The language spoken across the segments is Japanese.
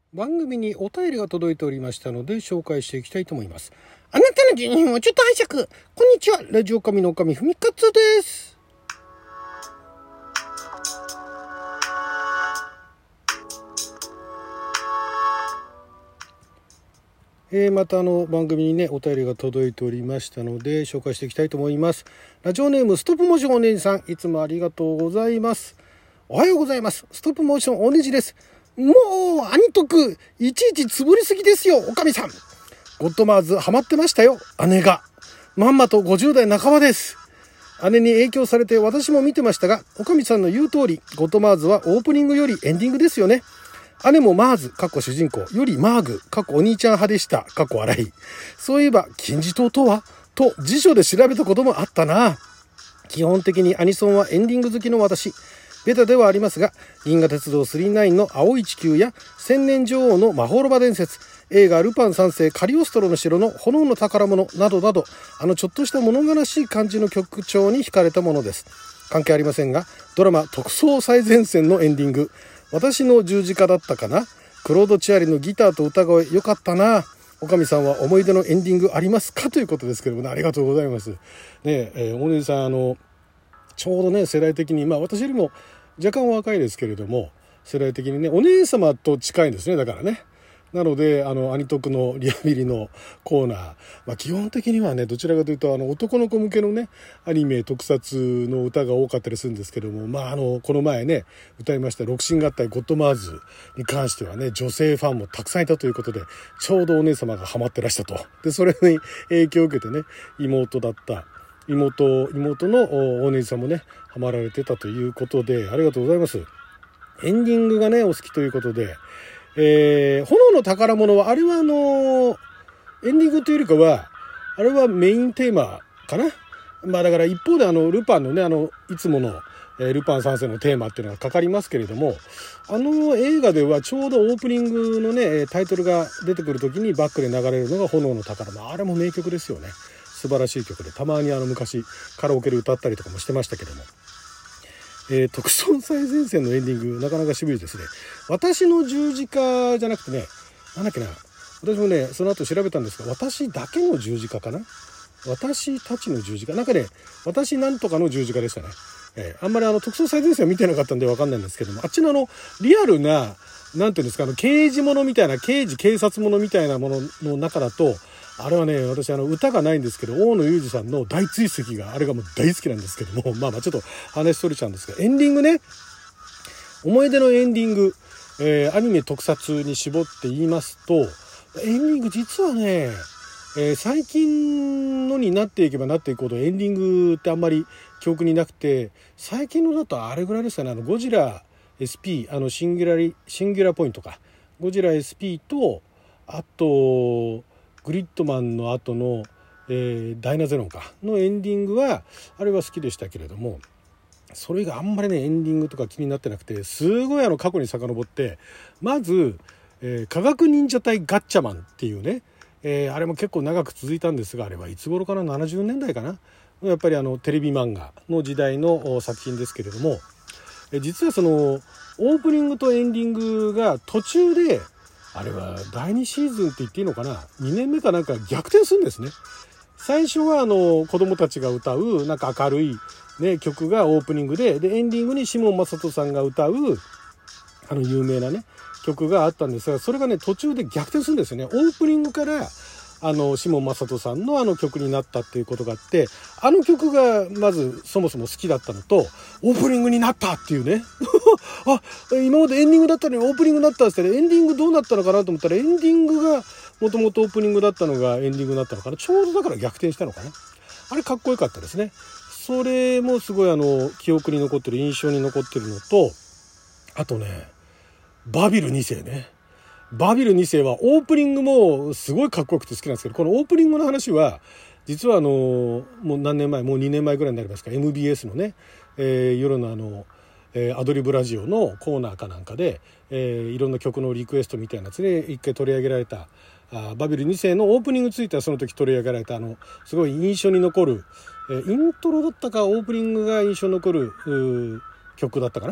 番組にお便りが届いておりましたので紹介していきたいと思います。あなたの12分をちょっと拝借。こんにちは、ラジオ神の神ふみかつです。また番組にねお便りが届いておりましたので紹介していきたいと思います。ラジオネームストップモーションおねじさん、いつもありがとうございます。おはようございます。ストップモーションおねじです。もう兄徳いちいちつぶりすぎですよ、おかみさん。ゴッドマーズハマってましたよ。姉がまんまと50代半ばです。姉に影響されて私も見てましたが、おかみさんの言う通りゴッドマーズはオープニングよりエンディングですよね。姉もマーズ主人公よりマーグお兄ちゃん派でした笑い。そういえば金字塔とはと辞書で調べたこともあったな。基本的にアニソンはエンディング好きの私、ベタではありますが、銀河鉄道999の青い地球や千年女王の魔法ロバ伝説、映画ルパン三世カリオストロの城の炎の宝物などなど、ちょっとした物悲しい感じの曲調に惹かれたものです。関係ありませんが、ドラマ特捜最前線のエンディング、私の十字架だったかな。クロード・チアリのギターと歌声よかったな。おかみさんは思い出のエンディングありますか、ということですけどもね、ありがとうございますね。お姉さんちょうどね世代的に私よりも若干若いですけれども、世代的にねお姉様と近いんですね。だからね、なので兄徳のリハビリのコーナー、基本的にはねどちらかというと男の子向けのねアニメ特撮の歌が多かったりするんですけども、この前ね歌いました六神合体ゴッドマーズに関してはね女性ファンもたくさんいたということで、ちょうどお姉様がハマってらしたと。でそれに影響を受けてね妹のお姉さんもねハマられてたということで、ありがとうございます。エンディングがねお好きということで、炎の宝物はあれはエンディングというよりかはあれはメインテーマかな。だから一方でルパンのねいつものルパン三世のテーマっていうのがかかりますけれども、映画ではちょうどオープニングのねタイトルが出てくる時にバックで流れるのが炎の宝物。あれも名曲ですよね。素晴らしい曲で、たまに昔カラオケで歌ったりとかもしてましたけども、特捜最前線のエンディングなかなか渋いですね。私の十字架じゃなくてね、なんだっけな、私もねその後調べたんですが、私だけの十字架かな、私たちの十字架、私なんとかの十字架でしたね。あんまり特捜最前線は見てなかったんで分かんないんですけども、あっちのリアルななんていうんですか、刑事ものみたいな、警察ものみたいなものの中だと、あれはね私歌がないんですけど、大野裕二さんの大追跡があれがもう大好きなんですけども、ちょっと話それちゃうんですけど、エンディングね、思い出のエンディング、アニメ特撮に絞って言いますと、エンディング実はね、最近のになっていけばなっていくほどエンディングってあんまり記憶になくて、最近のだとあれぐらいですかね、ゴジラ SP シンギュラポイントか、ゴジラ SP とあとグリッドマンの後の、ダイナゼロンかのエンディングはあれは好きでしたけれども、それがあんまりねエンディングとか気になってなくて、すごい過去に遡って、まず、科学忍者隊ガッチャマンっていうね、あれも結構長く続いたんですが、あれはいつ頃かな、70年代かな、やっぱりテレビ漫画の時代の作品ですけれども、実はそのオープニングとエンディングが途中で、あれは第2シーズンって言っていいのかな、2年目かなんか逆転するんですね。最初は子供たちが歌う明るい、ね、曲がオープニングで、エンディングにシモン・マサトさんが歌う有名なね曲があったんですが、それがね途中で逆転するんですよね。オープニングからシモン・マサトさんの曲になったっていうことがあって、曲がまずそもそも好きだったのと、オープニングになったっていうね今までエンディングだったのにオープニングになったんですけど、エンディングどうなったのかなと思ったら、エンディングがもともとオープニングだったのがエンディングになったのかな、ちょうどだから逆転したのかな。あれかっこよかったですね。それもすごい記憶に残ってる、印象に残ってるのと、あとねバビル2世ね。バビル2世はオープニングもすごいかっこよくて好きなんですけど、このオープニングの話は実はもう何年前、もう2年前ぐらいになりますか、 MBS のね、夜のアドリブラジオのコーナーかなんかで、いろんな曲のリクエストみたいなやつで一回取り上げられたバビル2世のオープニングについてはその時取り上げられたすごい印象に残る、イントロだったかオープニングが印象に残る曲だったかな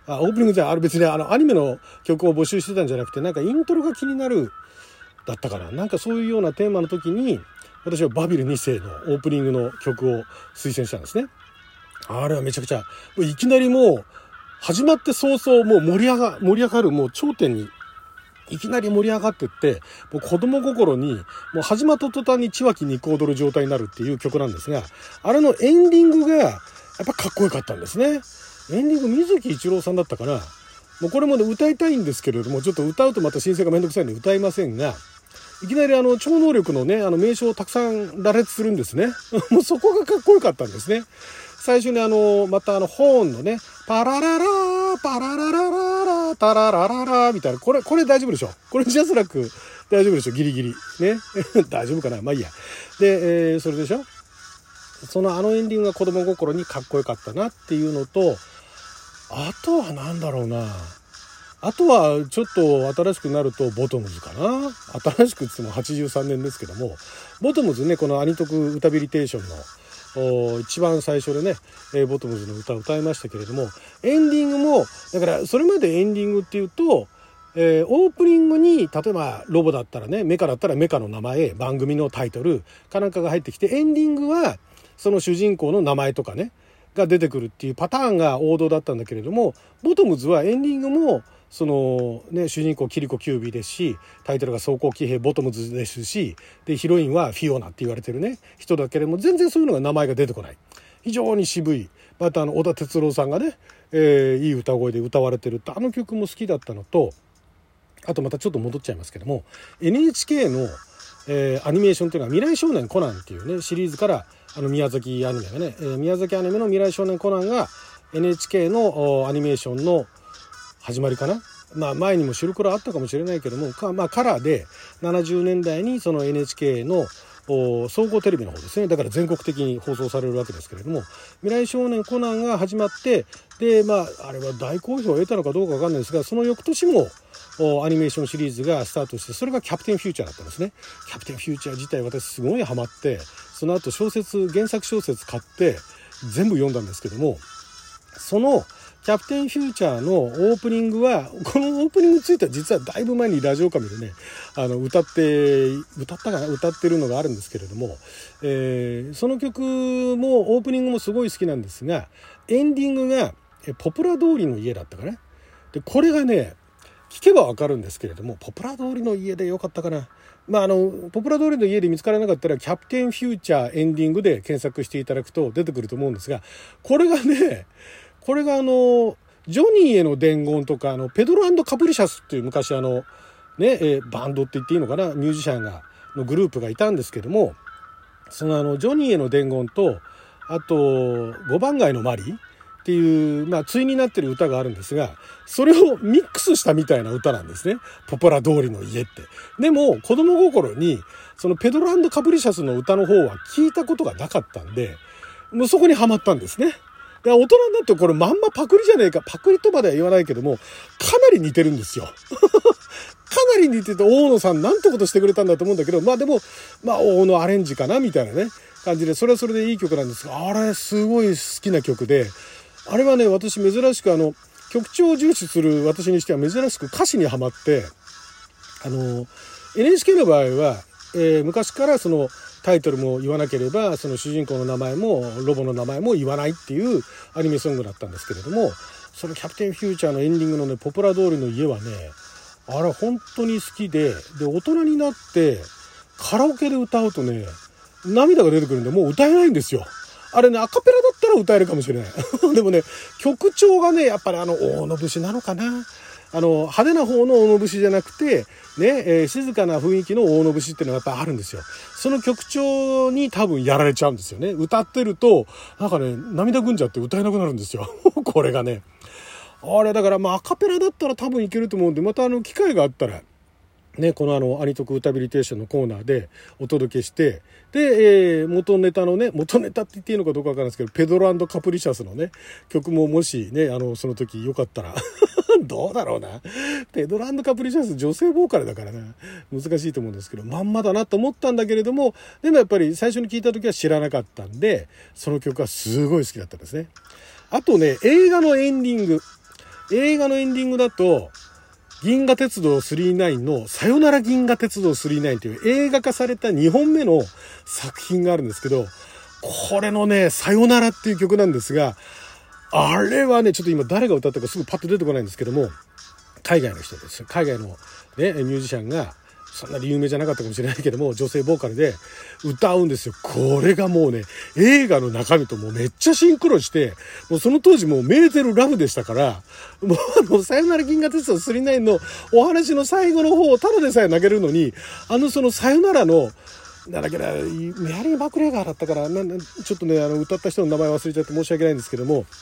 オープニングじゃあれ別にアニメの曲を募集してたんじゃなくて、なんかイントロが気になるだったかな、なんかそういうようなテーマの時に私はバビル2世のオープニングの曲を推薦したんですね。あれはめちゃくちゃいきなりもう始まって早々もう盛り上がるもう頂点にいきなり盛り上がってって、もう子供心にもう始まった途端に血湧き肉踊る状態になるっていう曲なんですが、あれのエンディングがやっぱかっこよかったんですね。エンディング水木一郎さんだったかな。もうこれもね歌いたいんですけれども、ちょっと歌うとまた申請がめんどくさいんで歌いませんが、いきなり超能力のね名称をたくさん羅列するんですね。もうそこがかっこよかったんですね。最初にまたホーンのねパラララーパラララララタララララみたいな、これ大丈夫でしょ、これジャスラック大丈夫でしょ、ギリギリね大丈夫かな、まあいいや。で、それでしょ、そのエンディングが子供心にかっこよかったなっていうのと、あとはなんだろうな、あとはちょっと新しくなるとボトムズかな。新しくって言っても83年ですけども、ボトムズね、このアニトク歌ビリテーションの一番最初でね、ボトムズの歌を歌いましたけれども、エンディングもだからそれまでエンディングっていうと、オープニングに例えばロボだったらね、メカだったらメカの名前、番組のタイトルかなんかが入ってきて、エンディングはその主人公の名前とかねが出てくるっていうパターンが王道だったんだけれども、ボトムズはエンディングもそのね、主人公キリコ・キュービーですし、タイトルが装甲騎兵ボトムズですし、でヒロインはフィオナって言われてるね人だけれども、全然そういうのが名前が出てこない、非常に渋い、また小田哲郎さんがね、いい歌声で歌われてるって曲も好きだったのと、あとまたちょっと戻っちゃいますけども、 NHK の、アニメーションというのは未来少年コナンっていうねシリーズから宮崎アニメがね、宮崎アニメの未来少年コナンが NHK のアニメーションの始まりかな。まあ前にも白黒あったかもしれないけども、まあカラーで70年代にその NHK の総合テレビの方ですね、だから全国的に放送されるわけですけれども、未来少年コナンが始まって、でまああれは大好評を得たのかどうかわかんないですが、その翌年もアニメーションシリーズがスタートして、それがキャプテンフューチャーだったんですね。キャプテンフューチャー自体私すごいハマって、その後原作小説買って全部読んだんですけども、そのキャプテンフューチャーのオープニングは、このオープニングについては実はだいぶ前にラジオカメでね歌ってるのがあるんですけれども、その曲もオープニングもすごい好きなんですが、エンディングがポプラ通りの家だったかな。でこれがね聞けばわかるんですけれども、ポプラ通りの家でよかったかな。まあポプラ通りの家で見つからなかったらキャプテンフューチャーエンディングで検索していただくと出てくると思うんですが、これがジョニーへの伝言とかペドロ&カプリシャスっていう昔バンドって言っていいのかな、ミュージシャンのグループがいたんですけども、そのジョニーへの伝言と、あと5番街のマリーっていう、対になってる歌があるんですが、それをミックスしたみたいな歌なんですね、ポプラ通りの家って。でも子供心にそのペドロ&カプリシャスの歌の方は聞いたことがなかったんで、もうそこにハマったんですね。大人になってこれまんまパクリじゃねえか、パクリとまでは言わないけども、かなり似てるんですよ。かなり似てて、大野さんなんてことしてくれたんだと思うんだけど、でも大野アレンジかなみたいなね感じで、それはそれでいい曲なんですが、あれすごい好きな曲で、あれはね私珍しく曲調を重視する私にしては珍しく歌詞にはまって、NHK の場合は、昔からそのタイトルも言わなければ、その主人公の名前もロボの名前も言わないっていうアニメソングだったんですけれども、そのキャプテンフューチャーのエンディングのね、ポプラ通りの家はね、あれ本当に好きで、大人になってカラオケで歌うとね、涙が出てくるんでもう歌えないんですよ。あれね、アカペラだったら歌えるかもしれない。でもね、曲調がね、やっぱり大野節なのかな。派手な方の大野節じゃなくて、ね、静かな雰囲気の大野節っていうのがやっぱあるんですよ。その曲調に多分やられちゃうんですよね。歌ってると、なんかね、涙ぐんじゃって歌えなくなるんですよ。これがね。あれだからアカペラだったら多分いけると思うんで、また機会があったら、ね、このアニトク歌ビリテーションのコーナーでお届けして、で、元ネタって言っていいのかどうかわからないですけど、ペドロ&カプリシャスのね、曲ももしね、その時よかったら、どうだろうな。ペドロ&カプリシャス女性ボーカルだからな。難しいと思うんですけど、まんまだなと思ったんだけれども、でもやっぱり最初に聞いた時は知らなかったんで、その曲はすごい好きだったんですね。あとね、映画のエンディング。 映画のエンディングだと、銀河鉄道999のさよなら銀河鉄道999という映画化された2本目の作品があるんですけど、これのね、さよならっていう曲なんですが、あれはね、ちょっと今誰が歌ったかすぐパッと出てこないんですけども、海外の人です。海外のね、ミュージシャンが、そんなに有名じゃなかったかもしれないけども、女性ボーカルで歌うんですよ。これがもうね、映画の中身ともうめっちゃシンクロして、もうその当時もうメーテルラブでしたから、もうさよなら銀河鉄道999のお話の最後の方をただでさえ投げるのに、そのさよならの、なんだっけな、メアリー・マクレガーだったから、ちょっとね、歌った人の名前忘れちゃって申し訳ないんですけども、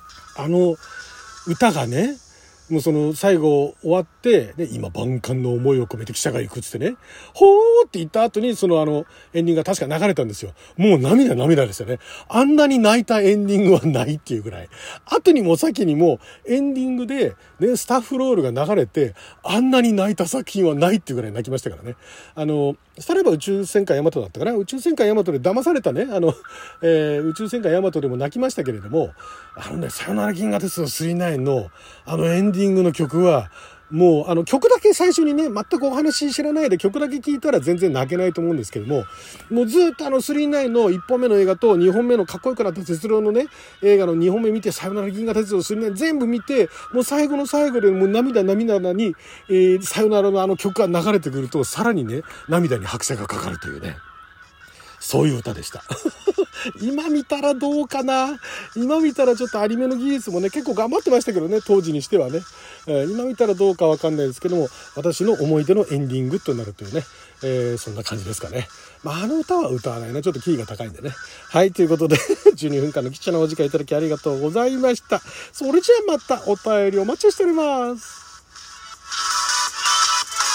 歌がね、もうその最後終わって、ね、今万感の思いを込めて汽車が行くっつってね、ほーって言った後にエンディングが確か流れたんですよ。もう涙ですよね。あんなに泣いたエンディングはないっていうぐらい。後にも先にもエンディングで、ね、スタッフロールが流れて、あんなに泣いた作品はないっていうぐらい泣きましたからね。されば宇宙戦艦ヤマトだったかな。宇宙戦艦ヤマトで騙されたね、宇宙戦艦ヤマトでも泣きましたけれども、さよなら銀河鉄道999のエンディングの曲は、もう曲だけ最初にね、全くお話知らないで曲だけ聞いたら全然泣けないと思うんですけども、もうずっと999の1本目の映画と2本目のかっこよくなった鉄郎のね、映画の2本目見て、さよなら銀河鉄道999全部見て、もう最後の最後でもう涙に、さよならの曲が流れてくると、さらにね、涙に拍車がかかるというね、そういう歌でした。今見たらどうかな。今見たらちょっとアニメの技術もね、結構頑張ってましたけどね、当時にしてはね。今見たらどうかわかんないですけども、私の思い出のエンディングとなるというね、そんな感じですかね。歌は歌わないな。ちょっとキーが高いんでね。はい、ということで、12分間の貴重なお時間いただきありがとうございました。それじゃあまたお便りお待ちしております。